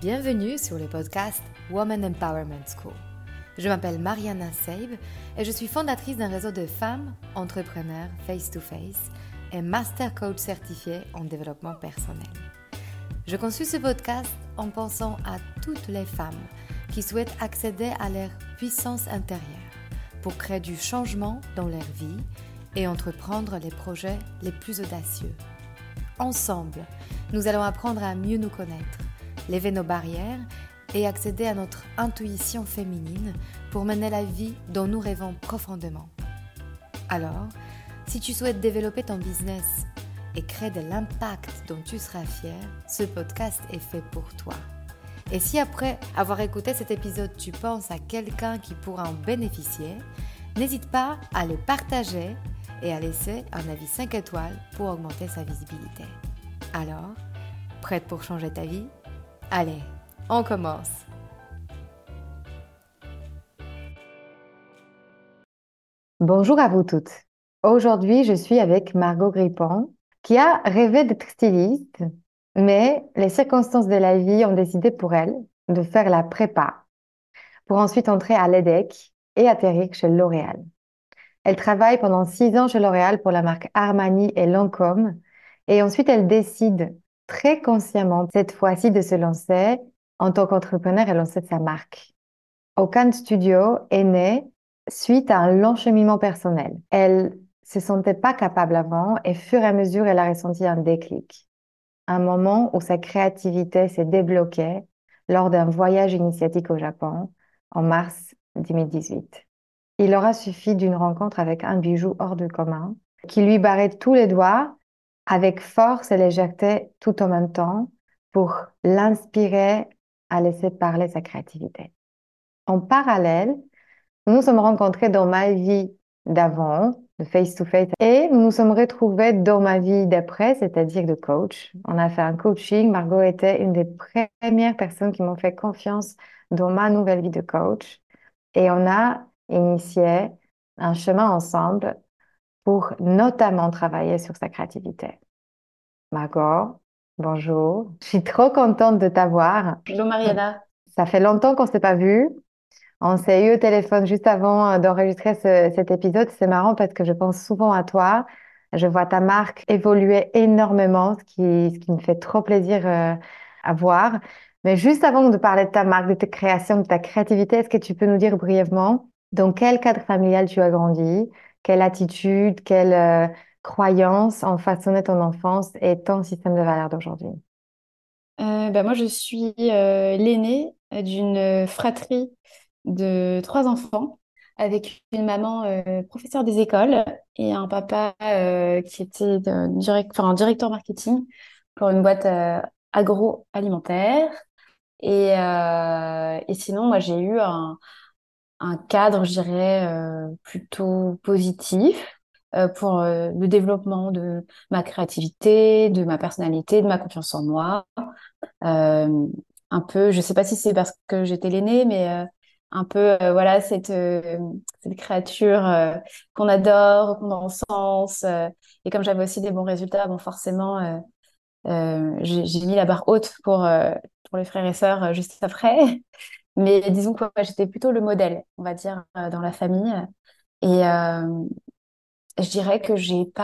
Bienvenue sur le podcast Women Empowerment School. Je m'appelle Mariana Seib et je suis fondatrice d'un réseau de femmes entrepreneurs face-to-face et master coach certifié en développement personnel. Je conçus ce podcast en pensant à toutes les femmes qui souhaitent accéder à leur puissance intérieure pour créer du changement dans leur vie et entreprendre les projets les plus audacieux. Ensemble, nous allons apprendre à mieux nous connaître, lever nos barrières et accéder à notre intuition féminine pour mener la vie dont nous rêvons profondément. Alors, si tu souhaites développer ton business et créer de l'impact dont tu seras fier, ce podcast est fait pour toi. Et si après avoir écouté cet épisode, tu penses à quelqu'un qui pourra en bénéficier, n'hésite pas à le partager et à laisser un avis 5 étoiles pour augmenter sa visibilité. Alors, prête pour changer ta vie ? Allez, on commence. Bonjour à vous toutes. Aujourd'hui, je suis avec Margot Grippon, qui a rêvé d'être styliste, mais les circonstances de la vie ont décidé pour elle de faire la prépa, pour ensuite entrer à l'EDEC et atterrir chez L'Oréal. Elle travaille pendant 6 ans chez L'Oréal pour la marque Armani et Lancôme, et ensuite elle décide très consciemment cette fois-ci de se lancer en tant qu'entrepreneur et lancer sa marque. Okan Studio est né suite à un long cheminement personnel. Elle se sentait pas capable avant et fur et à mesure, elle a ressenti un déclic. Un moment où sa créativité s'est débloquée lors d'un voyage initiatique au Japon en mars 2018. Il aura suffi d'une rencontre avec un bijou hors de commun qui lui barrait tous les doigts avec force et légèreté tout en même temps pour l'inspirer à laisser parler sa créativité. En parallèle, nous nous sommes rencontrés dans ma vie d'avant, de face-to-face, et nous nous sommes retrouvés dans ma vie d'après, c'est-à-dire de coach. On a fait un coaching. Margot était une des premières personnes qui m'ont fait confiance dans ma nouvelle vie de coach. Et on a initié un chemin ensemble pour notamment travailler sur sa créativité. Margot, bonjour. Je suis trop contente de t'avoir. Hello Mariana. Ça fait longtemps qu'on ne s'est pas vu. On s'est eu au téléphone juste avant d'enregistrer cet épisode. C'est marrant parce que je pense souvent à toi. Je vois ta marque évoluer énormément, ce qui me fait trop plaisir à voir. Mais juste avant de parler de ta marque, de tes créations, de ta créativité, est-ce que tu peux nous dire brièvement dans quel cadre familial tu as grandi, quelle attitude, quelle croyance ont façonné ton enfance et ton système de valeurs d'aujourd'hui? Moi, je suis l'aînée d'une fratrie de 3 enfants avec une maman professeure des écoles et un papa qui était un directeur marketing pour une boîte agroalimentaire. Et sinon, moi, j'ai eu un cadre, je dirais, plutôt positif pour le développement de ma créativité, de ma personnalité, de ma confiance en moi. Euh, un peu, je sais pas si c'est parce que j'étais l'aînée, mais un peu, voilà, cette créature qu'on adore, qu'on encense. Et comme j'avais aussi des bons résultats, bon, forcément, j'ai mis la barre haute pour les frères et sœurs juste après. Mais disons que ouais, j'étais plutôt le modèle, on va dire, dans la famille. Et je dirais que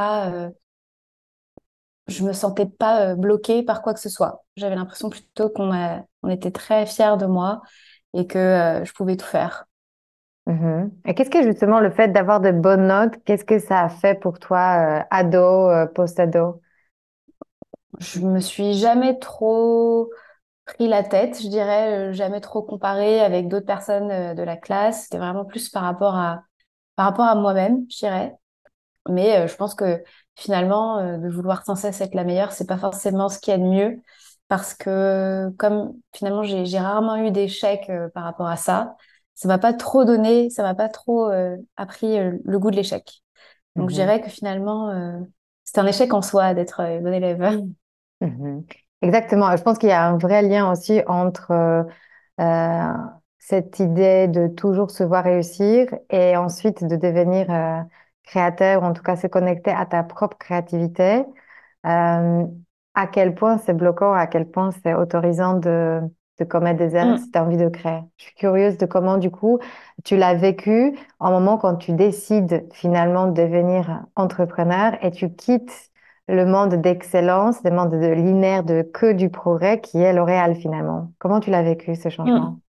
je me sentais pas bloquée par quoi que ce soit. J'avais l'impression plutôt on était très fiers de moi et que je pouvais tout faire. Mhm. Et qu'est-ce que justement le fait d'avoir de bonnes notes, qu'est-ce que ça a fait pour toi, ado, post-ado? Je me suis jamais trop pris la tête, je dirais, jamais trop comparée avec d'autres personnes de la classe. C'était vraiment plus par rapport à moi-même, je dirais. Mais je pense que finalement, de vouloir sans cesse être la meilleure, c'est pas forcément ce qu'il y a de mieux. Parce que comme finalement, j'ai rarement eu d'échecs par rapport à ça, ça m'a pas trop donné, ça m'a pas trop appris le goût de l'échec. Donc je Mhm. dirais que finalement, c'est un échec en soi d'être bon élève. Mhm. Exactement. Je pense qu'il y a un vrai lien aussi entre euh, cette idée de toujours se voir réussir et ensuite de devenir créateur ou en tout cas se connecter à ta propre créativité. Euh, à quel point c'est bloquant, à quel point c'est autorisant de de commettre des erreurs si Mm, tu as envie de créer. Je suis curieuse de comment, du coup, tu l'as vécu en moment quand tu décides finalement de devenir entrepreneur et tu quittes le monde d'excellence, le monde de linéaire de que du progrès qui est L'Oréal finalement. Comment tu l'as vécu, ce changement? mm.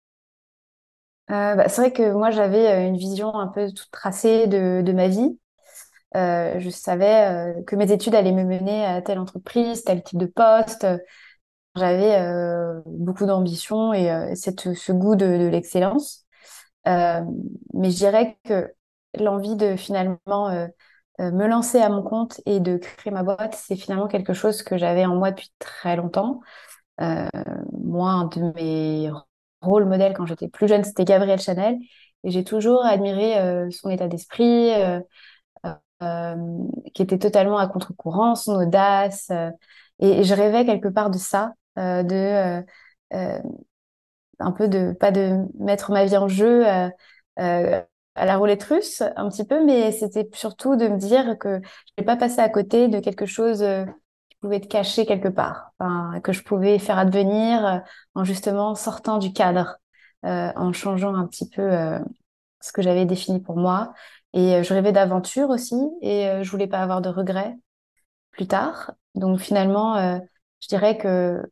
C'est vrai que moi, j'avais une vision un peu toute tracée de ma vie. Je savais que mes études allaient me mener à telle entreprise, tel type de poste. J'avais beaucoup d'ambition et ce goût de l'excellence. Euh, mais je dirais que l'envie de finalement me lancer à mon compte et de créer ma boîte, c'est finalement quelque chose que j'avais en moi depuis très longtemps. Euh, Moi, un de mes rôles modèles quand j'étais plus jeune, c'était Gabrielle Chanel. Et j'ai toujours admiré son état d'esprit, euh, qui était totalement à contre-courant, son audace. Et je rêvais quelque part de ça, euh, un peu de, pas de mettre ma vie en jeu euh, à la roulette russe, un petit peu, mais c'était surtout de me dire que je n'ai pas passé à côté de quelque chose qui pouvait être caché quelque part, enfin, que je pouvais faire advenir en justement sortant du cadre, en changeant un petit peu ce que j'avais défini pour moi. Et je rêvais d'aventure aussi, et je voulais pas avoir de regrets plus tard. Donc finalement, je dirais que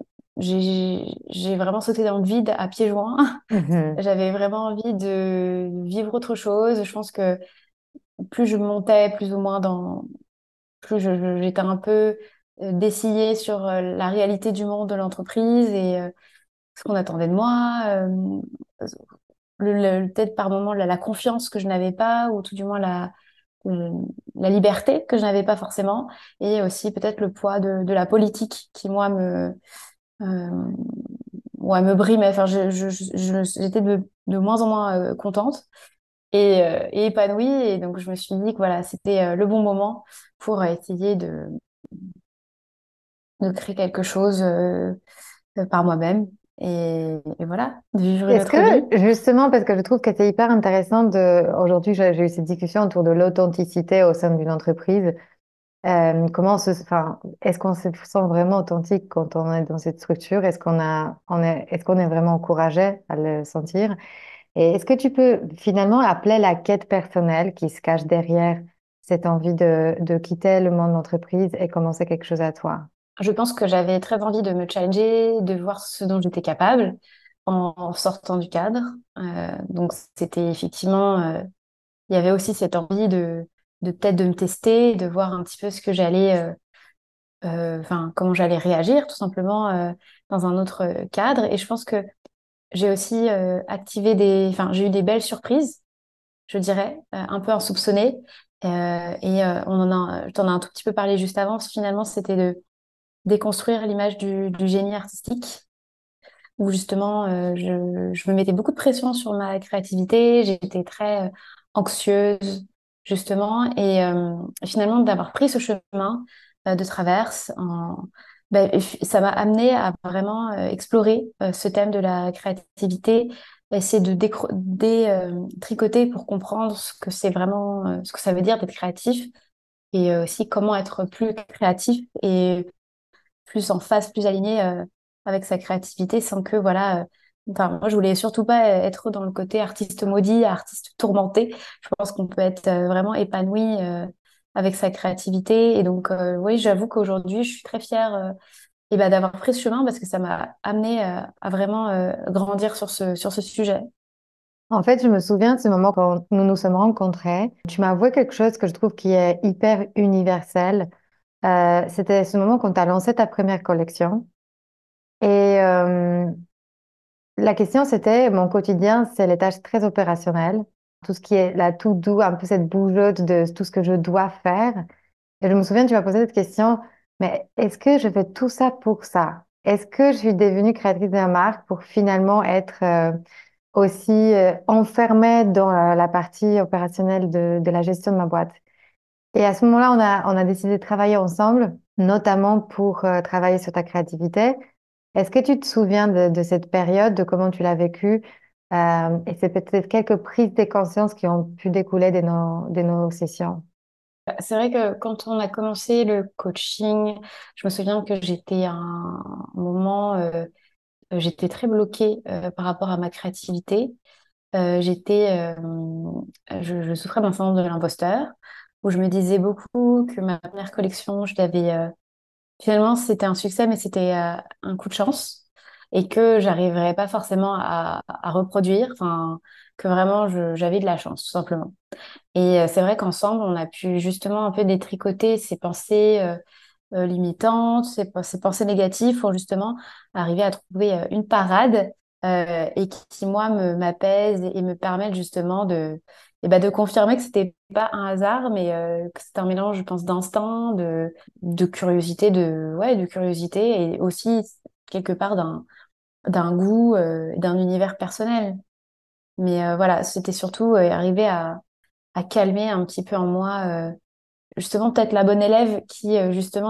j'ai vraiment sauté dans le vide à pieds joints. Mhm. J'avais vraiment envie de vivre autre chose. Je pense que plus je montais, plus ou moins plus j'étais un peu dessillée sur la réalité du monde de l'entreprise et ce qu'on attendait de moi. Peut-être par moments la confiance que je n'avais pas, ou tout du moins euh, la liberté que je n'avais pas forcément, et aussi peut-être le poids de la politique qui, moi, euh, ouais, me brimait. Enfin, j'étais de moins en moins contente et épanouie. Et donc, je me suis dit que voilà, c'était le bon moment pour essayer de créer quelque chose par moi-même et voilà, de vivre une Est-ce autre vie. que, justement, parce que je trouve que c'est hyper intéressant aujourd'hui, j'ai eu cette discussion autour de l'authenticité au sein d'une entreprise. Enfin, est-ce qu'on se sent vraiment authentique quand on est dans cette structure? Est-ce qu'on est vraiment encouragé à le sentir? Et est-ce que tu peux finalement appeler la quête personnelle qui se cache derrière cette envie de quitter le monde d'entreprise et commencer quelque chose à toi? Je pense que j'avais très envie de me challenger, de voir ce dont j'étais capable en sortant du cadre. Donc, c'était effectivement, il y avait aussi cette envie de peut-être de me tester, de voir un petit peu ce que enfin, comment j'allais réagir tout simplement dans un autre cadre. Et je pense que j'ai aussi activé enfin, j'ai eu des belles surprises, je dirais, un peu insoupçonnées. Je t'en ai un tout petit peu parlé juste avant. Finalement, c'était de déconstruire l'image du génie artistique, où justement, je me mettais beaucoup de pression sur ma créativité. J'étais très anxieuse, justement. Et finalement, d'avoir pris ce chemin de traverse, ça m'a amené à vraiment explorer ce thème de la créativité, essayer de tricoter pour comprendre ce que c'est vraiment, ce que ça veut dire d'être créatif, et aussi comment être plus créatif et plus en phase, plus aligné avec sa créativité sans que, voilà. Enfin, moi, je voulais surtout pas être dans le côté artiste maudit, artiste tourmenté. Je pense qu'on peut être vraiment épanoui avec sa créativité. Et donc, oui, j'avoue qu'aujourd'hui, je suis très fière et ben, d'avoir pris ce chemin parce que ça m'a amené à vraiment grandir sur ce sujet. En fait, je me souviens de ce moment quand nous nous sommes rencontrés. Tu m'as avoué quelque chose que je trouve qui est hyper universel. C'était ce moment quand tu as lancé ta première collection. Et la question, c'était, mon quotidien, c'est les tâches très opérationnelles. Tout ce qui est là, tout doux, un peu cette bougeotte de tout ce que je dois faire. Et je me souviens, tu m'as posé cette question, mais est-ce que je fais tout ça pour ça? Est-ce que je suis devenue créatrice de marque pour finalement être aussi enfermée dans la partie opérationnelle de la gestion de ma boîte? Et à ce moment-là, on a décidé de travailler ensemble, notamment pour travailler sur ta créativité. Est-ce que tu te souviens de cette période, de comment tu l'as vécue? Et c'est peut-être quelques prises de conscience qui ont pu découler de nos sessions. C'est vrai que quand on a commencé le coaching, je me souviens que j'étais à un moment j'étais très bloquée par rapport à ma créativité. J'étais, je souffrais d'un syndrome de l'imposteur, où je me disais beaucoup que ma première collection, je l'avais finalement, c'était un succès, mais c'était un coup de chance et que j'arriverais pas forcément à reproduire. Enfin, que vraiment, j'avais de la chance, tout simplement. Et c'est vrai qu'ensemble, on a pu justement un peu détricoter ces pensées limitantes, ces pensées négatives pour justement arriver à trouver une parade et qui, moi, m'apaise et me permettent justement de confirmer que c'était pas un hasard, mais que c'est un mélange, je pense, d'instinct, de curiosité, ouais, de curiosité et aussi quelque part d'un goût, d'un univers personnel. Mais voilà, c'était surtout arriver à calmer un petit peu en moi, justement peut-être la bonne élève qui justement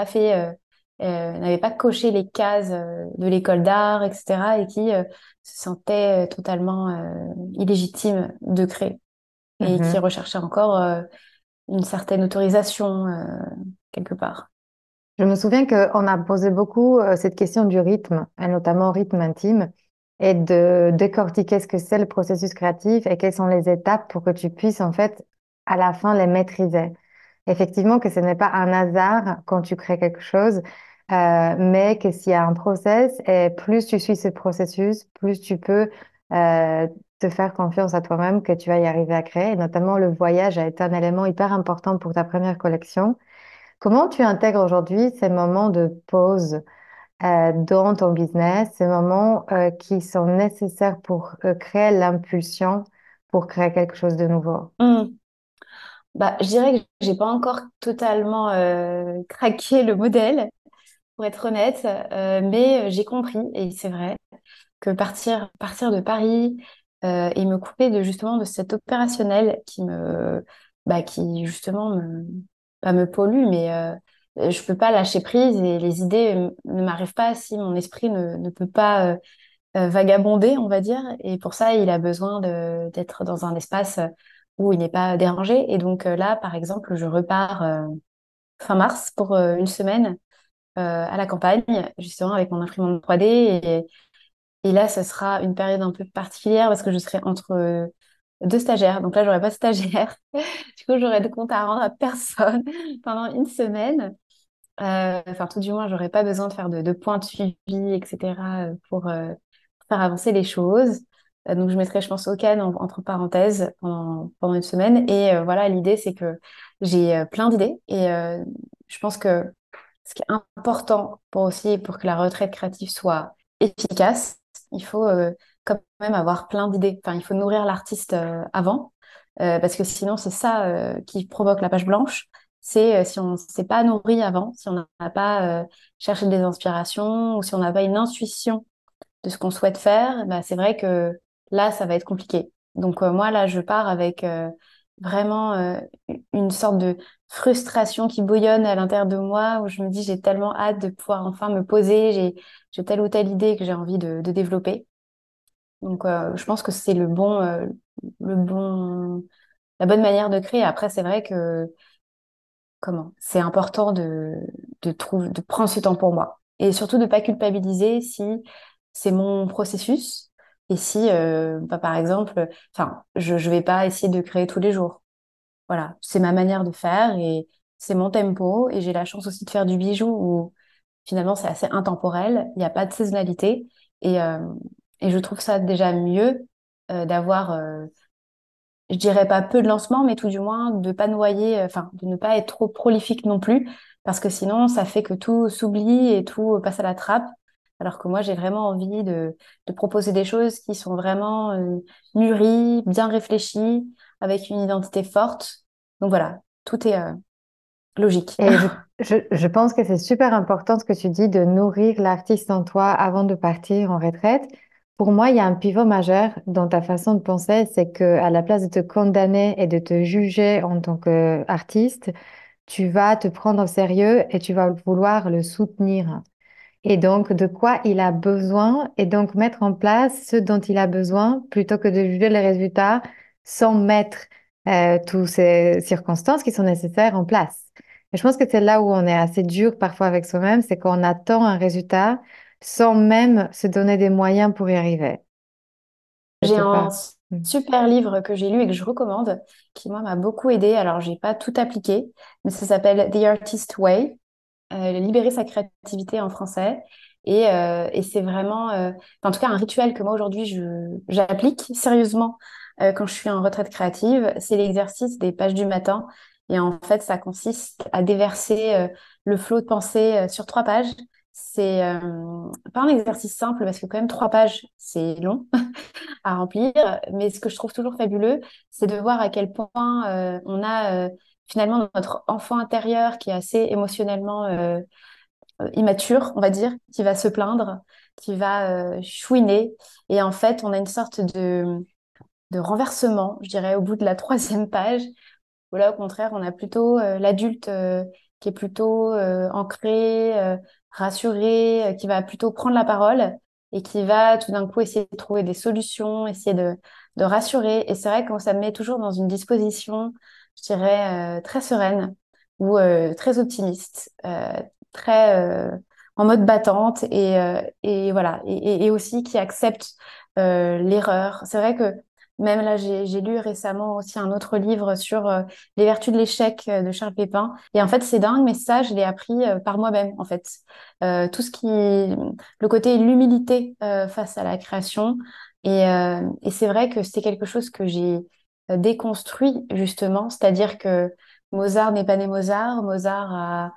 n'avait pas coché les cases de l'école d'art, etc. et qui se sentait totalement illégitime de créer et qui Mhm. recherchait encore une certaine autorisation quelque part. Je me souviens qu'on a posé beaucoup cette question du rythme, et notamment rythme intime, et de décortiquer ce que c'est le processus créatif et quelles sont les étapes pour que tu puisses en fait à la fin les maîtriser. Effectivement que ce n'est pas un hasard quand tu crées quelque chose, mais que s'il y a un process et plus tu suis ce processus, plus tu peux te faire confiance à toi-même que tu vas y arriver à créer. Et notamment le voyage a été un élément hyper important pour ta première collection. Comment tu intègres aujourd'hui ces moments de pause dans ton business, ces moments qui sont nécessaires pour créer l'impulsion, pour créer quelque chose de nouveau? Hmm. Bah, je dirais que j'ai pas encore totalement craqué le modèle, pour être honnête, mais j'ai compris, et c'est vrai, que partir de Paris et me couper de justement de cet opérationnel qui justement pas me pollue, mais je peux pas lâcher prise et les idées ne m'arrivent pas si mon esprit ne peut pas vagabonder, on va dire. Et pour ça, il a besoin d'être dans un espace où il n'est pas dérangé. Et donc là, par exemple, je repars fin mars pour une semaine à la campagne, justement avec mon imprimante 3D. Et là, ce sera une période un peu particulière parce que je serai entre deux stagiaires. Donc là, j'aurai pas de stagiaire. Du coup, j'aurai de compte à rendre à personne pendant une semaine. Enfin, tout du moins, j'aurai pas besoin de faire de points de suivi, etc. Pour faire avancer les choses. Donc, je mettrai, je pense, au can entre parenthèses pendant une semaine. Et voilà, l'idée, c'est que j'ai plein d'idées. Et je pense que ce qui est important pour aussi, pour que la retraite créative soit efficace, il faut quand même avoir plein d'idées. Enfin, il faut nourrir l'artiste avant, parce que sinon, c'est ça qui provoque la page blanche. C'est si on ne s'est pas nourri avant, si on n'a pas cherché des inspirations ou si on n'a pas une intuition de ce qu'on souhaite faire, bah, c'est vrai que là, ça va être compliqué. Donc moi, là, je pars avec vraiment une sorte de frustration qui bouillonne à l'intérieur de moi, où je me dis, j'ai tellement hâte de pouvoir enfin me poser, j'ai telle ou telle idée que j'ai envie de développer. Donc je pense que c'est le bon, la bonne manière de créer. Après, c'est vrai que c'est important de prendre ce temps pour moi. Et surtout de ne pas culpabiliser si c'est mon processus et si, bah, par exemple, enfin, je vais pas essayer de créer tous les jours. Voilà, c'est ma manière de faire et c'est mon tempo. Et j'ai la chance aussi de faire du bijou où finalement c'est assez intemporel, il n'y a pas de saisonnalité. Et, euh, et je trouve ça déjà mieux d'avoir je dirais pas peu de lancements, mais tout du moins de pas noyer, enfin, de ne pas être trop prolifique non plus, parce que sinon, ça fait que tout s'oublie et tout passe à la trappe. Alors que moi, j'ai vraiment envie de proposer des choses qui sont vraiment mûries, bien réfléchies, avec une identité forte. Donc voilà, tout est logique. Et je pense que c'est super important ce que tu dis de nourrir l'artiste en toi avant de partir en retraite. Pour moi, il y a un pivot majeur dans ta façon de penser, c'est que à la place de te condamner et de te juger en tant qu'artiste, tu vas te prendre au sérieux et tu vas vouloir le soutenir. Et donc, de quoi il a besoin et donc mettre en place ce dont il a besoin plutôt que de juger les résultats sans mettre toutes ces circonstances qui sont nécessaires en place. Et je pense que c'est là où on est assez dur parfois avec soi-même, c'est qu'on attend un résultat sans même se donner des moyens pour y arriver. Je J'ai sais un pas. Mm. super livre que j'ai lu et que je recommande, qui moi m'a beaucoup aidé. Alors, j'ai pas tout appliqué, mais ça s'appelle The Artist Way, Libérer sa créativité en français. Et c'est vraiment, en tout cas, un rituel que moi aujourd'hui j'applique sérieusement quand je suis en retraite créative. C'est l'exercice des pages du matin. Et en fait, ça consiste à déverser le flot de pensée sur 3 pages. C'est pas un exercice simple parce que quand même 3 pages, c'est long à remplir. Mais ce que je trouve toujours fabuleux, c'est de voir à quel point on a finalement notre enfant intérieur qui est assez émotionnellement immature, on va dire, qui va se plaindre, qui va chouiner. Et en fait, on a une sorte de renversement, je dirais, au bout de la troisième page, où là, au contraire, on a plutôt l'adulte qui est plutôt ancré, rassuré, qui va plutôt prendre la parole et qui va tout d'un coup essayer de trouver des solutions, essayer de rassurer. Et c'est vrai que ça me met toujours dans une disposition, je dirais, très sereine ou très optimiste, très en mode battante et voilà. Et aussi qui accepte l'erreur. C'est vrai que même là, j'ai lu récemment aussi un autre livre sur les vertus de l'échec de Charles Pépin. Et en fait, c'est dingue, mais ça, je l'ai appris par moi-même, en fait. Tout ce qui, le côté l'humilité face à la création. Et c'est vrai que c'est quelque chose que j'ai déconstruit, justement. C'est-à-dire que Mozart n'est pas né Mozart. Mozart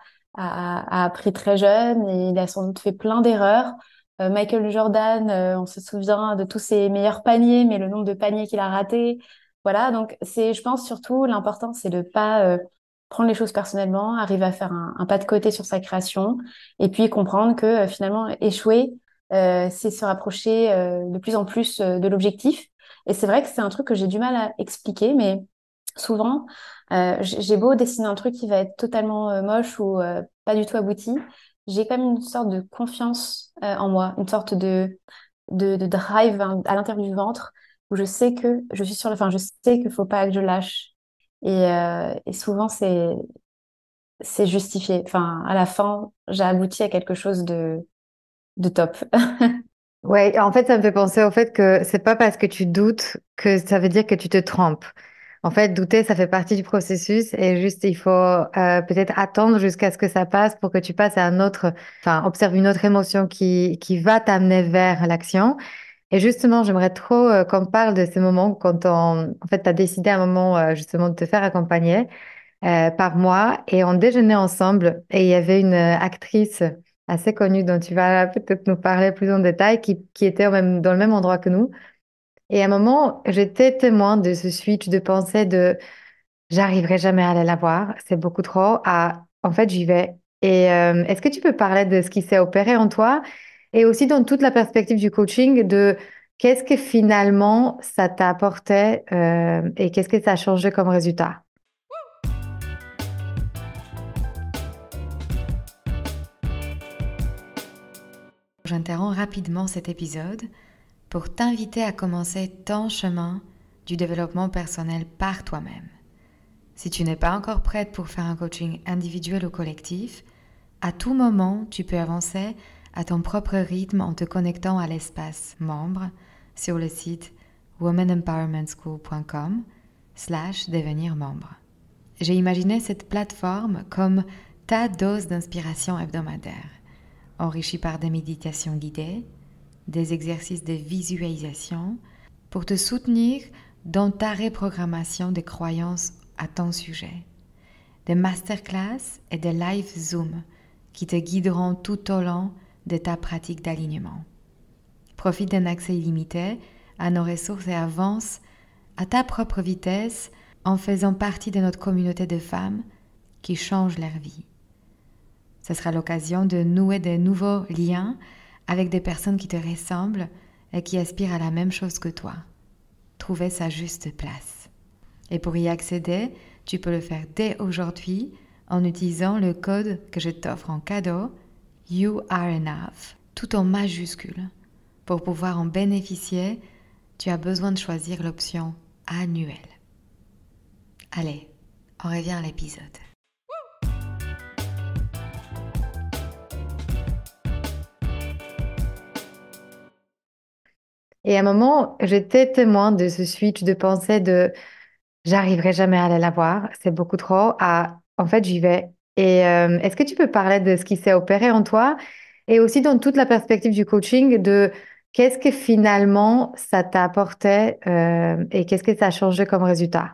a appris très jeune et il a sans doute fait plein d'erreurs. Michael Jordan, on se souvient de tous ses meilleurs paniers, mais le nombre de paniers qu'il a ratés. Voilà, donc je pense surtout, l'important, c'est de pas prendre les choses personnellement, arriver à faire un pas de côté sur sa création, et puis comprendre que finalement, échouer, c'est se rapprocher de plus en plus de l'objectif. Et c'est vrai que c'est un truc que j'ai du mal à expliquer, mais souvent, j'ai beau dessiner un truc qui va être totalement moche ou pas du tout abouti, j'ai quand même une sorte de confiance en moi, une sorte de drive à l'intérieur du ventre où je sais que je suis sur la fin, je sais qu'il faut pas que je lâche. Et souvent, c'est justifié. Enfin, à la fin, j'ai abouti à quelque chose de top. Ouais, en fait, ça me fait penser au fait que c'est pas parce que tu doutes que ça veut dire que tu te trompes. En fait, douter, ça fait partie du processus et juste, il faut peut-être attendre jusqu'à ce que ça passe pour que tu passes à un autre, enfin, observe une autre émotion qui va t'amener vers l'action. Et justement, j'aimerais trop qu'on parle de ces moments quand en fait, tu as décidé à un moment justement de te faire accompagner par moi et on déjeunait ensemble et il y avait une actrice assez connue dont tu vas peut-être nous parler plus en détail qui était dans le même endroit que nous. Et à un moment, j'étais témoin de ce switch de pensée de j'arriverai jamais à aller la voir, c'est beaucoup trop, à en fait j'y vais. Et est-ce que tu peux parler de ce qui s'est opéré en toi et aussi dans toute la perspective du coaching de qu'est-ce que finalement ça t'a apporté et qu'est-ce que ça a changé comme résultat? J'interromps rapidement cet épisode pour t'inviter à commencer ton chemin du développement personnel par toi-même. Si tu n'es pas encore prête pour faire un coaching individuel ou collectif, à tout moment, tu peux avancer à ton propre rythme en te connectant à l'espace membre sur le site womanempowermentschool.com/devenir membre. J'ai imaginé cette plateforme comme ta dose d'inspiration hebdomadaire, enrichie par des méditations guidées, des exercices de visualisation pour te soutenir dans ta reprogrammation des croyances à ton sujet, des masterclass et des live Zoom qui te guideront tout au long de ta pratique d'alignement. Profite d'un accès illimité à nos ressources et avance à ta propre vitesse en faisant partie de notre communauté de femmes qui changent leur vie. Ce sera l'occasion de nouer de nouveaux liens avec des personnes qui te ressemblent et qui aspirent à la même chose que toi. Trouver sa juste place. Et pour y accéder, tu peux le faire dès aujourd'hui en utilisant le code que je t'offre en cadeau, You Are Enough, tout en majuscule. Pour pouvoir en bénéficier, tu as besoin de choisir l'option annuelle. Allez, on revient à l'épisode. Et à un moment, j'étais témoin de ce switch de pensée de j'arriverai jamais à aller la voir, c'est beaucoup trop, à en fait, j'y vais. Et est-ce que tu peux parler de ce qui s'est opéré en toi et aussi dans toute la perspective du coaching de qu'est-ce que finalement ça t'a apporté et qu'est-ce que ça a changé comme résultat?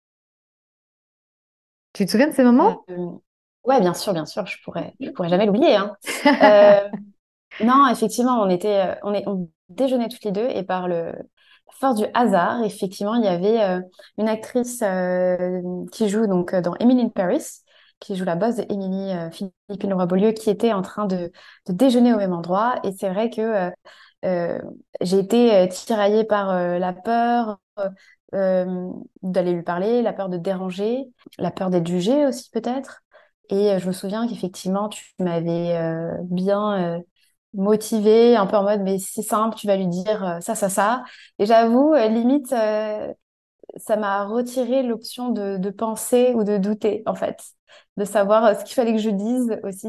Tu te souviens de ces Euh, moments? ouais, bien sûr, je pourrais jamais l'oublier, hein. Euh, non, effectivement, on déjeunait toutes les deux et par la force du hasard, effectivement, il y avait une actrice qui joue donc dans Emily in Paris, qui joue la boss de Emily, Philippine Leroy-Beaulieu, qui était en train de déjeuner au même endroit. Et c'est vrai que euh, j'ai été tiraillée par la peur d'aller lui parler, la peur de déranger, la peur d'être jugée aussi peut-être. Et je me souviens qu'effectivement, tu m'avais bien motivée, un peu en mode, mais c'est simple, tu vas lui dire ça, ça, ça. Et j'avoue, limite, ça m'a retiré l'option de penser ou de douter, en fait. De savoir ce qu'il fallait que je dise aussi,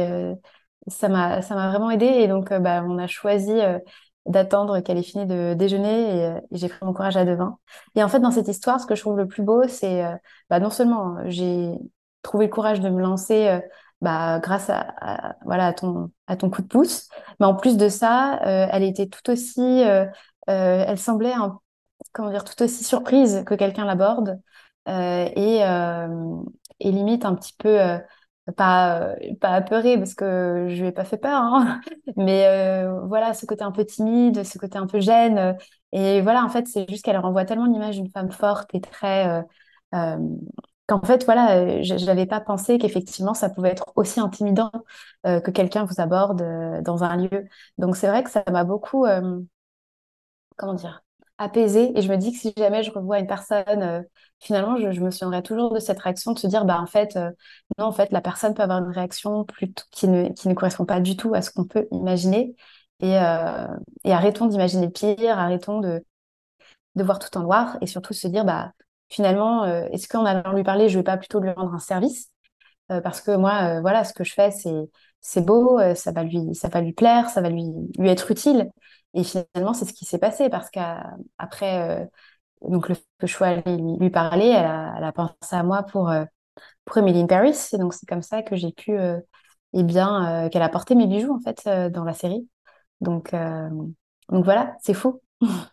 ça m'a vraiment aidée. Et donc, bah, on a choisi d'attendre qu'elle ait fini de déjeuner et j'ai pris mon courage à deux mains. Et en fait, dans cette histoire, ce que je trouve le plus beau, c'est bah, non seulement j'ai trouvé le courage de me lancer bah, grâce voilà, à ton coup de pouce, mais en plus de ça, elle était tout aussi, elle semblait comment dire, tout aussi surprise que quelqu'un l'aborde euh, et, euh, et limite un petit peu, pas apeurée parce que je lui ai pas fait peur, hein, mais voilà, ce côté un peu timide, ce côté un peu gêne. Et voilà, en fait, c'est juste qu'elle renvoie tellement l'image d'une femme forte et très... euh, qu'en fait, voilà, je n'avais pas pensé qu'effectivement, ça pouvait être aussi intimidant que quelqu'un vous aborde dans un lieu. Donc, c'est vrai que ça m'a beaucoup... comment dire, apaisée. Et je me dis que si jamais je revois une personne, finalement, je me souviendrai toujours de cette réaction, de se dire, bah, en fait, non, en fait, la personne peut avoir une réaction plutôt qui ne correspond pas du tout à ce qu'on peut imaginer. Et, euh, et arrêtons d'imaginer le pire, arrêtons de voir tout en noir et surtout se dire, bah, finalement, est-ce qu'en allant lui parler, je vais pas plutôt lui rendre un service? Parce que moi, voilà, ce que je fais, c'est beau, ça va lui plaire, ça va lui être utile. Et finalement, c'est ce qui s'est passé parce qu'après, donc le fait que je sois allée lui parler, elle a pensé à moi pour Emily in Paris. Et donc, c'est comme ça que j'ai pu, eh bien, qu'elle a porté mes bijoux, en fait, dans la série. Donc, euh, donc voilà, c'est fou.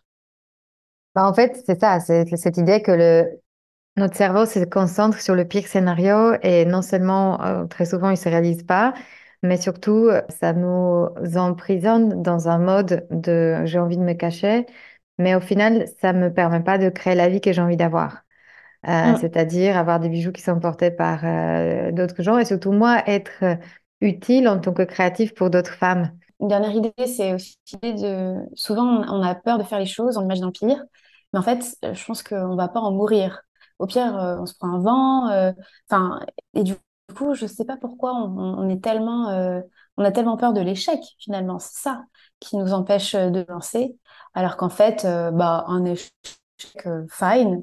Bah, en fait, c'est ça, c'est cette idée que notre cerveau se concentre sur le pire scénario et non seulement très souvent il se réalise pas, mais surtout ça nous emprisonne dans un mode de j'ai envie de me cacher, mais au final ça me permet pas de créer la vie que j'ai envie d'avoir. Mm. C'est-à-dire avoir des bijoux qui sont portés par d'autres gens et surtout moi être utile en tant que créatif pour d'autres femmes. Une dernière idée, c'est aussi l'idée de... Souvent, on a peur de faire les choses en imaginant le pire, mais en fait, je pense qu'on va pas en mourir. Au pire, on se prend un vent. Enfin, et du coup, je sais pas pourquoi on est tellement, on a tellement peur de l'échec, finalement. C'est ça qui nous empêche de lancer, alors qu'en fait, bah, un échec, fine.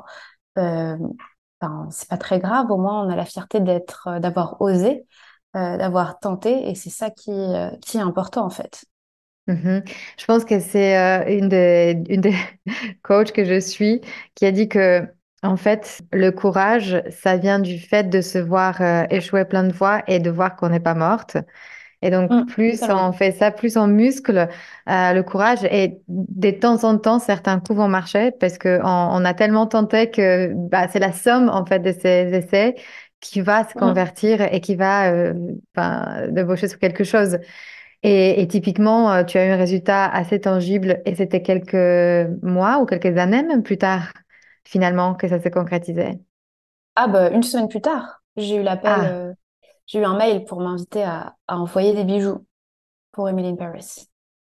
Euh, c'est pas très grave. Au moins, on a la fierté d'avoir osé, d'avoir tenté, et c'est ça qui est important, en fait. Mhm. Je pense que c'est une des coachs que je suis qui a dit que, en fait, le courage, ça vient du fait de se voir échouer plein de fois et de voir qu'on n'est pas morte. Et donc, plus on Totalement. fait ça, plus on muscle le courage. Et de temps en temps, certains coups vont marcher parce on a tellement tenté que bah, c'est la somme, en fait, de ces essais qui va se Mm. convertir et qui va débaucher sur quelque chose. Et typiquement, tu as eu un résultat assez tangible et c'était quelques mois ou quelques années même plus tard, finalement, que ça s'est concrétisé. Ah bah une semaine plus tard, Ah, j'ai eu un mail pour m'inviter à envoyer des bijoux pour Emily in Paris.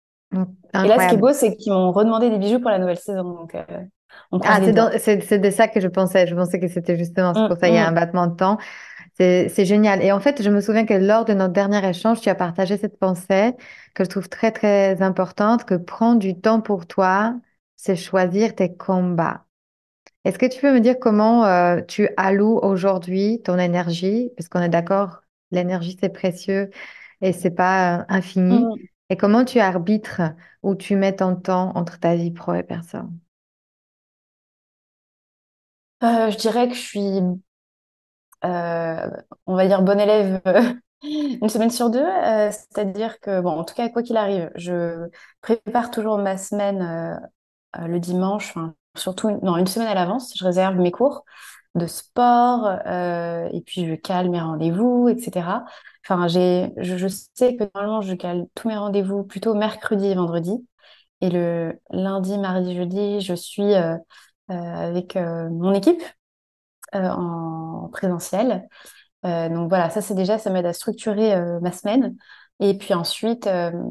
Et là, ce qui est incroyable. beau, c'est qu'ils m'ont redemandé des bijoux pour la nouvelle saison, donc on croise Ah, les doigts. c'est de ça que je pensais. Je pensais que c'était justement, c'est Mm, pour ça, il y a un mm. battement de temps. C'est génial. Et en fait, je me souviens que lors de notre dernier échange, tu as partagé cette pensée que je trouve très, très importante, que prendre du temps pour toi, c'est choisir tes combats. Est-ce que tu peux me dire comment tu alloues aujourd'hui ton énergie? Parce qu'on est d'accord, l'énergie c'est précieux et c'est pas infini. Et comment tu arbitres où tu mets ton temps entre ta vie pro et perso? Je dirais que je suis, on va dire, bonne élève une semaine sur deux. C'est-à-dire que, bon, en tout cas, quoi qu'il arrive, je prépare toujours ma semaine le dimanche, enfin, surtout non, une semaine à l'avance. Je réserve mes cours de sport et puis je cale mes rendez-vous, etc. Enfin, je sais que normalement, je cale tous mes rendez-vous plutôt mercredi et vendredi. Et le lundi, mardi, jeudi, je suis avec mon équipe en présentiel. Donc voilà, ça c'est déjà, ça m'aide à structurer ma semaine. Et puis ensuite,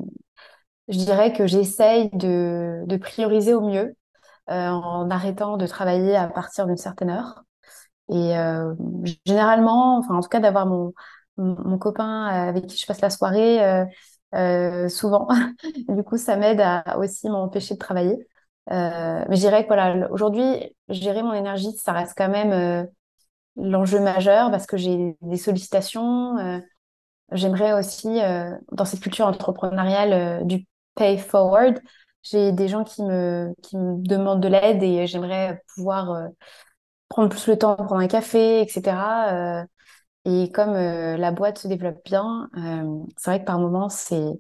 je dirais que j'essaye de prioriser au mieux en arrêtant de travailler à partir d'une certaine heure. Et généralement, enfin en tout cas d'avoir mon copain avec qui je passe la soirée souvent. Du coup, ça m'aide à aussi m'empêcher de travailler. Mais je dirais que voilà, aujourd'hui, gérer mon énergie, ça reste quand même l'enjeu majeur parce que j'ai des sollicitations. J'aimerais aussi, dans cette culture entrepreneuriale du pay forward, j'ai des gens qui me demandent de l'aide et j'aimerais pouvoir prendre plus le temps de prendre un café, etc. Et comme la boîte se développe bien, c'est vrai que par moments,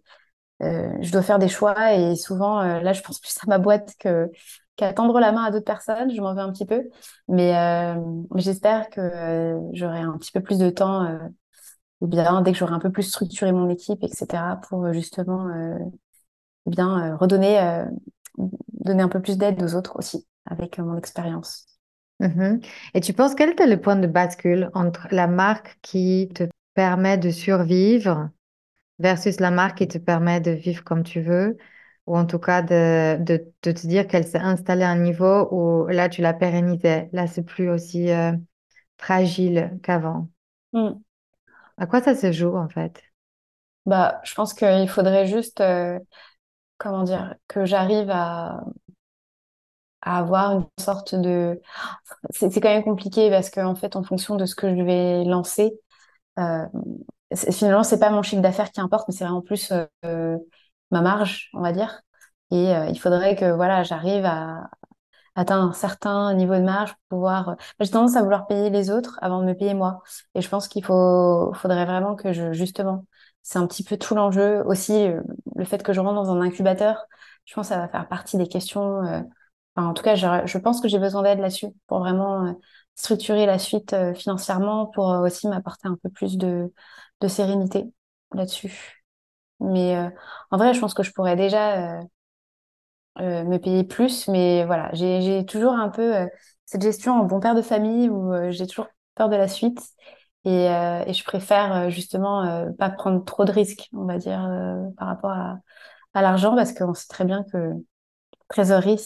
je dois faire des choix et souvent, là, je pense plus à ma boîte qu'à tendre la main à d'autres personnes. Je m'en veux un petit peu, mais j'espère que j'aurai un petit peu plus de temps, eh bien, dès que j'aurai un peu plus structuré mon équipe, etc., pour justement eh bien, donner un peu plus d'aide aux autres aussi, avec mon expérience. Mhm. Et tu penses quel était le point de bascule entre la marque qui te permet de survivre versus la marque qui te permet de vivre comme tu veux, ou en tout cas de te dire qu'elle s'est installée à un niveau où là, tu la pérennisais. Là, c'est plus aussi fragile qu'avant. Mm. À quoi ça se joue en fait? Bah, je pense qu'il faudrait juste, comment dire, que j'arrive à avoir une sorte de... C'est quand même compliqué parce qu'en fait, en fonction de ce que je vais lancer, euh, finalement, c'est pas mon chiffre d'affaires qui importe, mais c'est vraiment plus ma marge, on va dire. Et il faudrait que voilà, j'arrive à atteindre un certain niveau de marge pour pouvoir. J'ai tendance à vouloir payer les autres avant de me payer moi. Et je pense faudrait vraiment que justement, c'est un petit peu tout l'enjeu. Aussi, le fait que je rentre dans un incubateur, je pense que ça va faire partie des questions. Enfin, en tout cas, je pense que j'ai besoin d'aide là-dessus pour vraiment structurer la suite financièrement pour aussi m'apporter un peu plus de sérénité là-dessus. Mais en vrai, je pense que je pourrais déjà me payer plus. Mais voilà, j'ai toujours un peu cette gestion en bon père de famille où j'ai toujours peur de la suite. Et je préfère justement pas prendre trop de risques, on va dire, par rapport à l'argent, parce qu'on sait très bien que trésorerie,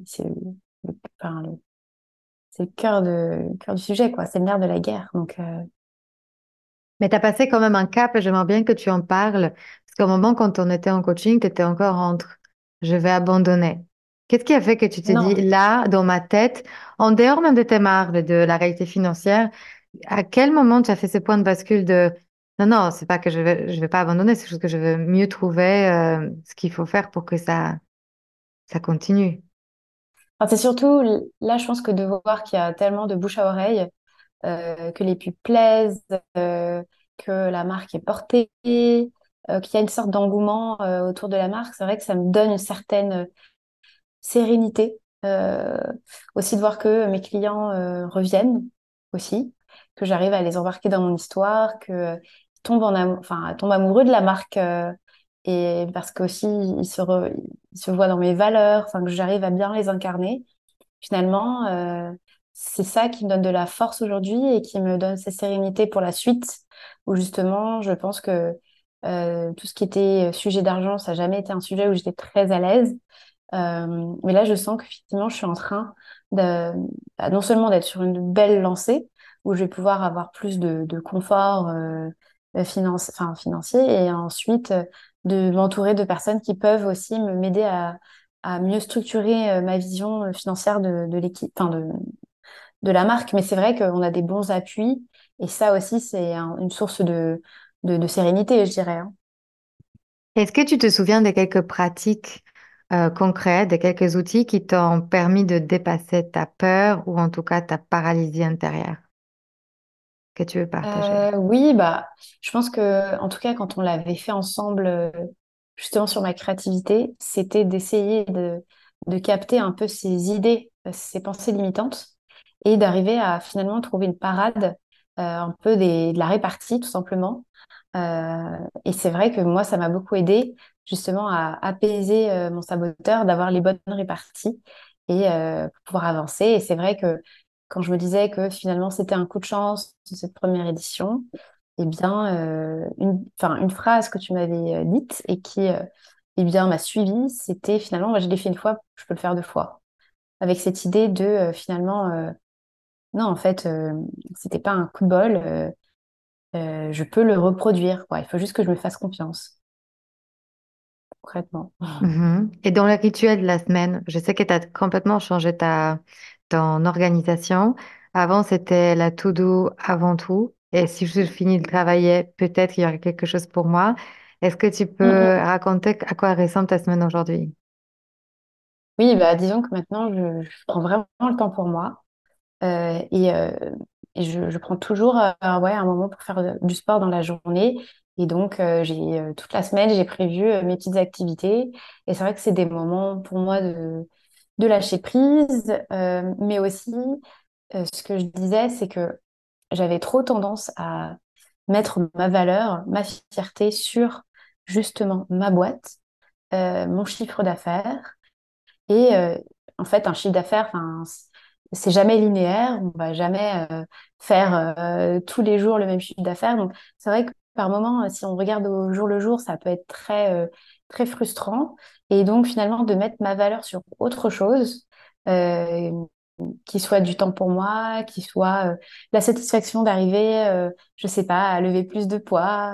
enfin, c'est le cœur du sujet, quoi. C'est le nerf de la guerre. Donc, Mais tu as passé quand même un cap et j'aimerais bien que tu en parles. Parce qu'au moment quand on était en coaching, tu étais encore entre je vais abandonner. Qu'est-ce qui a fait que tu t'es dit non. là, dans ma tête, en dehors même de tes marges, de la réalité financière, à quel moment tu as fait ce point de bascule de non, non, c'est pas que je vais pas abandonner, c'est juste que je veux mieux trouver ce qu'il faut faire pour que ça continue. Enfin, c'est surtout, là, je pense que de voir qu'il y a tellement de bouche à oreille, que les pubs plaisent, que la marque est portée, qu'il y a une sorte d'engouement autour de la marque, c'est vrai que ça me donne une certaine sérénité. Aussi de voir que mes clients reviennent aussi, que j'arrive à les embarquer dans mon histoire, que enfin, tombent amoureux de la marque et parce qu'aussi ils se voient dans mes valeurs, enfin que j'arrive à bien les incarner. Finalement, c'est ça qui me donne de la force aujourd'hui et qui me donne cette sérénité pour la suite, où justement, je pense que tout ce qui était sujet d'argent, ça n'a jamais été un sujet où j'étais très à l'aise. Mais là, je sens qu'effectivement, je suis en train de, bah, non seulement d'être sur une belle lancée, où je vais pouvoir avoir plus de confort enfin, financier, et ensuite de m'entourer de personnes qui peuvent aussi m'aider à mieux structurer ma vision financière de l'équipe, enfin de la marque. Mais c'est vrai qu'on a des bons appuis, et ça aussi, c'est une source de sérénité, je dirais, hein. Est-ce que tu te souviens de quelques pratiques concrètes, de quelques outils qui t'ont permis de dépasser ta peur ou en tout cas ta paralysie intérieure que tu veux partager? Oui, bah, je pense que, en tout cas, quand on l'avait fait ensemble, justement sur ma créativité, c'était d'essayer de capter un peu ces idées, ces pensées limitantes, et d'arriver à finalement trouver une parade, un peu de la répartie, tout simplement. Et c'est vrai que moi, ça m'a beaucoup aidé, justement, à apaiser, mon saboteur, d'avoir les bonnes réparties et pour pouvoir avancer. Et c'est vrai que quand je me disais que finalement c'était un coup de chance de cette première édition, eh bien, enfin, une phrase que tu m'avais dite et qui eh bien, m'a suivie, c'était finalement, moi, je l'ai fait une fois, je peux le faire deux fois. Avec cette idée de finalement, non, en fait, c'était pas un coup de bol, je peux le reproduire, quoi. Il faut juste que je me fasse confiance, concrètement. Mhm. Et dans le rituel de la semaine, je sais que tu as complètement changé ton organisation. Avant, c'était la to-do avant tout. Et si je finis de travailler, peut-être il y aurait quelque chose pour moi. Est-ce que tu Mm, peux mm. raconter à quoi ressemble ta semaine aujourd'hui? Oui, bah, disons que maintenant, je prends vraiment le temps pour moi. Euh, et euh, et je prends toujours ouais, un moment pour faire du sport dans la journée. Et donc, toute la semaine, j'ai prévu mes petites activités. Et c'est vrai que c'est des moments pour moi de lâcher prise. Mais aussi, ce que je disais, c'est que j'avais trop tendance à mettre ma valeur, ma fierté sur justement ma boîte, mon chiffre d'affaires. Et en fait, un chiffre d'affaires, enfin, c'est jamais linéaire. On va jamais faire tous les jours le même chiffre d'affaires. Donc, c'est vrai que par moment, si on regarde au jour le jour, ça peut être très frustrant. Et donc, finalement, de mettre ma valeur sur autre chose, euh, qui soit du temps pour moi, qui soit la satisfaction d'arriver, je sais pas, à lever plus de poids,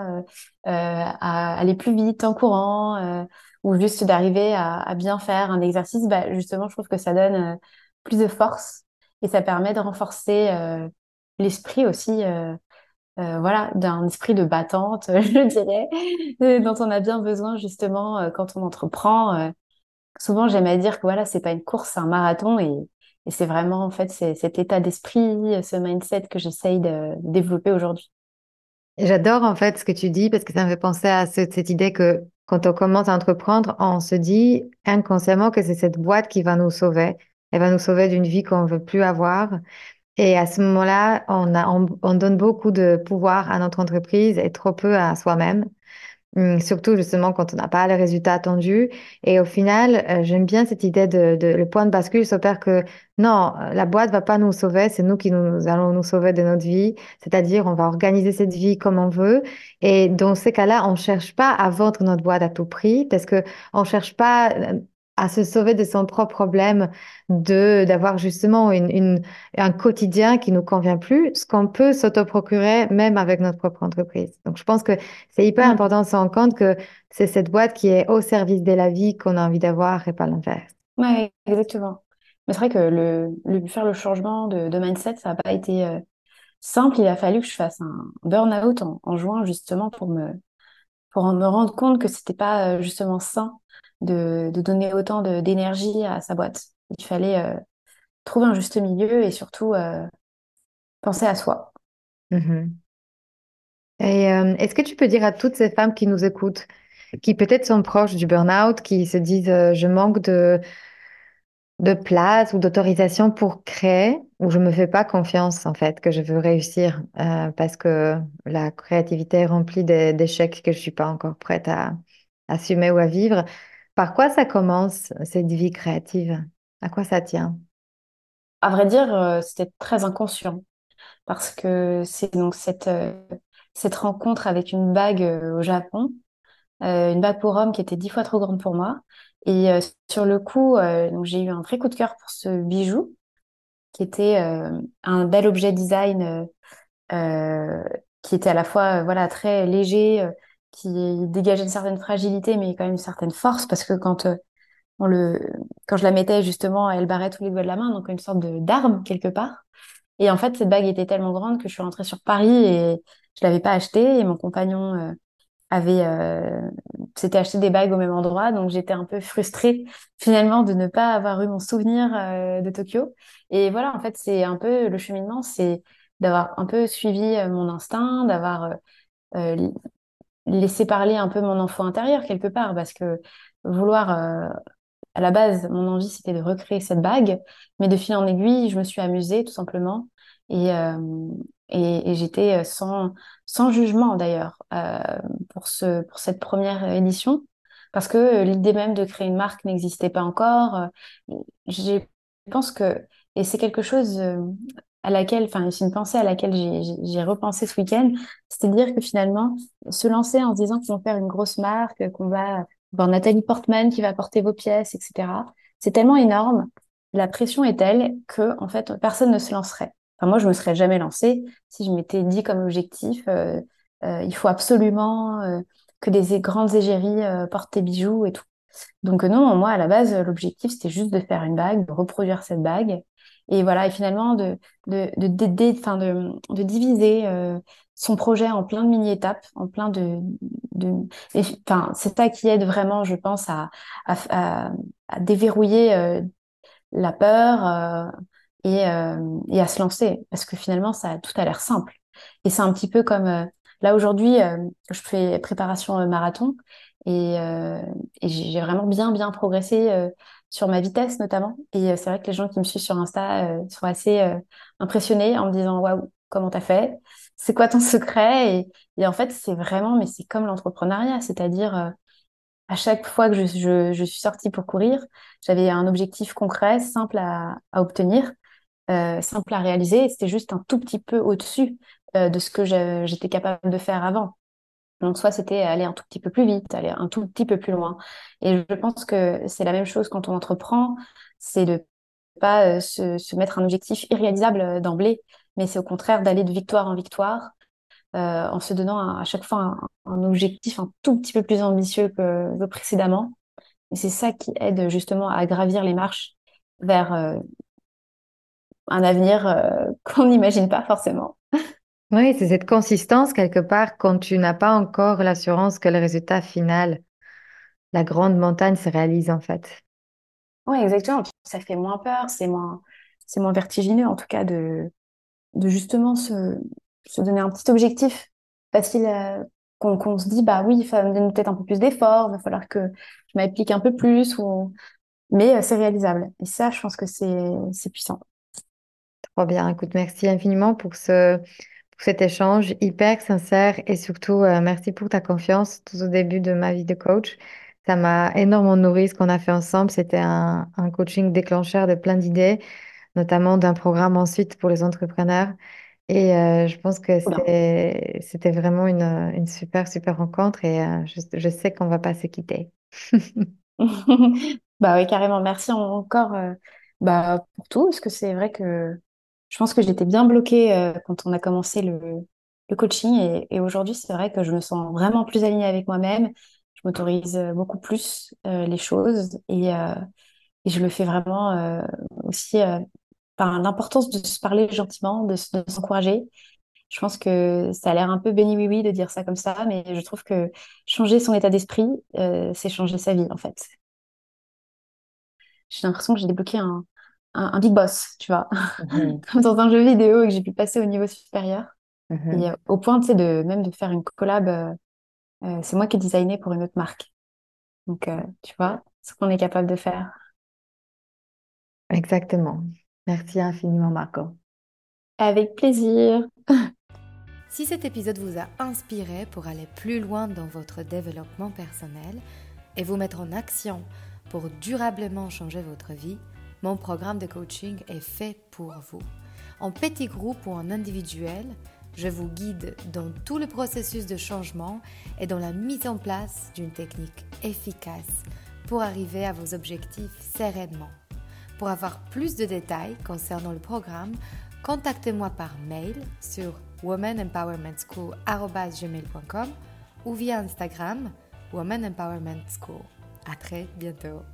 à aller plus vite en courant, ou juste d'arriver à bien faire un exercice, bah, justement, je trouve que ça donne plus de force et ça permet de renforcer l'esprit aussi, voilà, d'un esprit de battante, je dirais, dont on a bien besoin justement quand on entreprend. Souvent, j'aime à dire que voilà, c'est pas une course, c'est un marathon et c'est vraiment en fait cet état d'esprit, ce mindset que j'essaye de développer aujourd'hui. Et j'adore en fait ce que tu dis parce que ça me fait penser à cette idée que quand on commence à entreprendre, on se dit inconsciemment que c'est cette boîte qui va nous sauver. Elle va nous sauver d'une vie qu'on ne veut plus avoir. Et à ce moment-là, on donne beaucoup de pouvoir à notre entreprise et trop peu à soi-même. Surtout justement quand on n'a pas les résultats attendus. Et au final, j'aime bien cette idée le point de bascule s'opère que non, la boîte va pas nous sauver, c'est nous qui nous allons nous sauver de notre vie. C'est-à-dire, on va organiser cette vie comme on veut. Et dans ces cas-là, on cherche pas à vendre notre boîte à tout prix parce que on cherche pas à se sauver de son propre problème d'avoir justement un quotidien qui nous convient plus, ce qu'on peut s'autoprocurer même avec notre propre entreprise. Donc, je pense que c'est hyper Mm. important de se rendre compte que c'est cette boîte qui est au service de la vie qu'on a envie d'avoir et pas l'inverse. Ouais, exactement. Mais c'est vrai que faire le changement de mindset, ça n'a pas été simple. Il a fallu que je fasse un burn-out en juin justement pour me rendre compte que c'était pas justement sain de donner autant d'énergie à sa boîte. Il fallait trouver un juste milieu et surtout penser à soi. Mhm. Et est-ce que tu peux dire à toutes ces femmes qui nous écoutent, qui peut-être sont proches du burn-out, qui se disent je manque de place ou d'autorisation pour créer, ou je me fais pas confiance en fait, que je veux réussir parce que la créativité est remplie d'échecs que je suis pas encore prête à assumer ou à vivre. Par quoi ça commence, cette vie créative? À quoi ça tient? À vrai dire, c'était très inconscient parce que c'est donc cette rencontre avec une bague au Japon, une bague pour homme qui était 10 fois trop grande pour moi. Et sur le coup, donc j'ai eu un vrai coup de cœur pour ce bijou qui était un bel objet design euh, qui était à la fois voilà, très léger, qui dégageait une certaine fragilité, mais quand même une certaine force parce que on le, quand je la mettais justement, elle barrait tous les doigts de la main, donc une sorte de d'arme quelque part. Et en fait, cette bague était tellement grande que je suis rentrée sur Paris et je l'avais pas achetée. Et mon compagnon s'était acheté des bagues au même endroit. Donc j'étais un peu frustrée finalement de ne pas avoir eu mon souvenir de Tokyo. Et voilà, en fait, c'est un peu le cheminement, c'est d'avoir un peu suivi mon instinct, d'avoir euh, laissé parler un peu mon enfant intérieur quelque part, parce que vouloir à la base, mon envie, c'était de recréer cette bague, mais de fil en aiguille, je me suis amusée tout simplement et, et j'étais sans jugement d'ailleurs pour cette première édition, parce que l'idée même de créer une marque n'existait pas encore. Je pense que, et c'est quelque chose à laquelle, enfin, c'est une pensée à laquelle j'ai repensé ce week-end, c'est-à-dire que finalement, se lancer en se disant qu'on va faire une grosse marque, qu'on va voir Nathalie Portman qui va porter vos pièces, etc. C'est tellement énorme, la pression est telle que en fait personne ne se lancerait. Enfin, moi, je me serais jamais lancée si je m'étais dit comme objectif, il faut absolument que des grandes égéries portent tes bijoux et tout. Donc non, moi à la base, l'objectif c'était juste de faire une bague, de reproduire cette bague, et voilà, et finalement enfin, de diviser son projet en plein de mini-étapes, en plein de... enfin, c'est ça qui aide vraiment, je pense, à, à- à déverrouiller la peur et à se lancer, parce que finalement, ça, tout a l'air simple. Et c'est un petit peu comme là aujourd'hui, je fais préparation marathon et, et j'ai vraiment bien progressé sur ma vitesse notamment. Et c'est vrai que les gens qui me suivent sur Insta sont assez impressionnés en me disant waouh, comment t'as fait? C'est quoi ton secret? Et en fait, c'est vraiment, mais c'est comme l'entrepreneuriat, c'est-à-dire à chaque fois que je suis sortie pour courir, j'avais un objectif concret, simple à obtenir, simple à réaliser. Et c'était juste un tout petit peu au-dessus de ce que j'étais capable de faire avant. Donc, soit c'était aller un tout petit peu plus vite, aller un tout petit peu plus loin. Et je pense que c'est la même chose quand on entreprend, c'est de pas se mettre un objectif irréalisable d'emblée, mais c'est au contraire d'aller de victoire en victoire en se donnant à chaque fois un objectif un tout petit peu plus ambitieux que précédemment. Et c'est ça qui aide justement à gravir les marches vers un avenir qu'on n'imagine pas forcément. Oui, c'est cette consistance quelque part quand tu n'as pas encore l'assurance que le résultat final, la grande montagne se réalise en fait. Oui, exactement. Puis ça fait moins peur, c'est moins vertigineux en tout cas de justement se donner un petit objectif facile qu'on se dit, bah oui, il faut me donner peut-être un peu plus d'efforts, il va falloir que je m'applique un peu plus, mais c'est réalisable. Et ça, je pense que c'est puissant. Trop bien. Écoute, merci infiniment pour pour cet échange hyper sincère et surtout merci pour ta confiance tout au début de ma vie de coach. Ça m'a énormément nourri ce qu'on a fait ensemble. C'était un coaching déclencheur de plein d'idées, notamment d'un programme ensuite pour les entrepreneurs. Et je pense que Trop bien. c'était vraiment une super rencontre et je sais qu'on va pas se quitter. Bah oui, carrément. Merci encore bah, pour tout, parce que c'est vrai que je pense que j'étais bien bloquée quand on a commencé le coaching et aujourd'hui, c'est vrai que je me sens vraiment plus alignée avec moi-même. Je m'autorise beaucoup plus les choses et je le fais vraiment aussi par l'importance de se parler gentiment, de s'encourager. Je pense que ça a l'air un peu béni oui oui de dire ça comme ça, mais je trouve que changer son état d'esprit, c'est changer sa vie en fait. J'ai l'impression que j'ai débloqué un big boss, tu vois, Mhm, comme dans un jeu vidéo et que j'ai pu passer au niveau supérieur. Et mhm. au point, tu sais, de même de faire une collab, c'est moi qui ai designé pour une autre marque. Donc, tu vois, ce qu'on est capable de faire. Exactement. Merci infiniment, Marco. Avec plaisir. Si cet épisode vous a inspiré pour aller plus loin dans votre développement personnel et vous mettre en action pour durablement changer votre vie, mon programme de coaching est fait pour vous. En petit groupe ou en individuel, je vous guide dans tout le processus de changement et dans la mise en place d'une technique efficace pour arriver à vos objectifs sereinement. Pour avoir plus de détails concernant le programme, contactez-moi par mail sur womanempowermentschool@gmail.com ou via Instagram Woman Empowerment School. À très bientôt.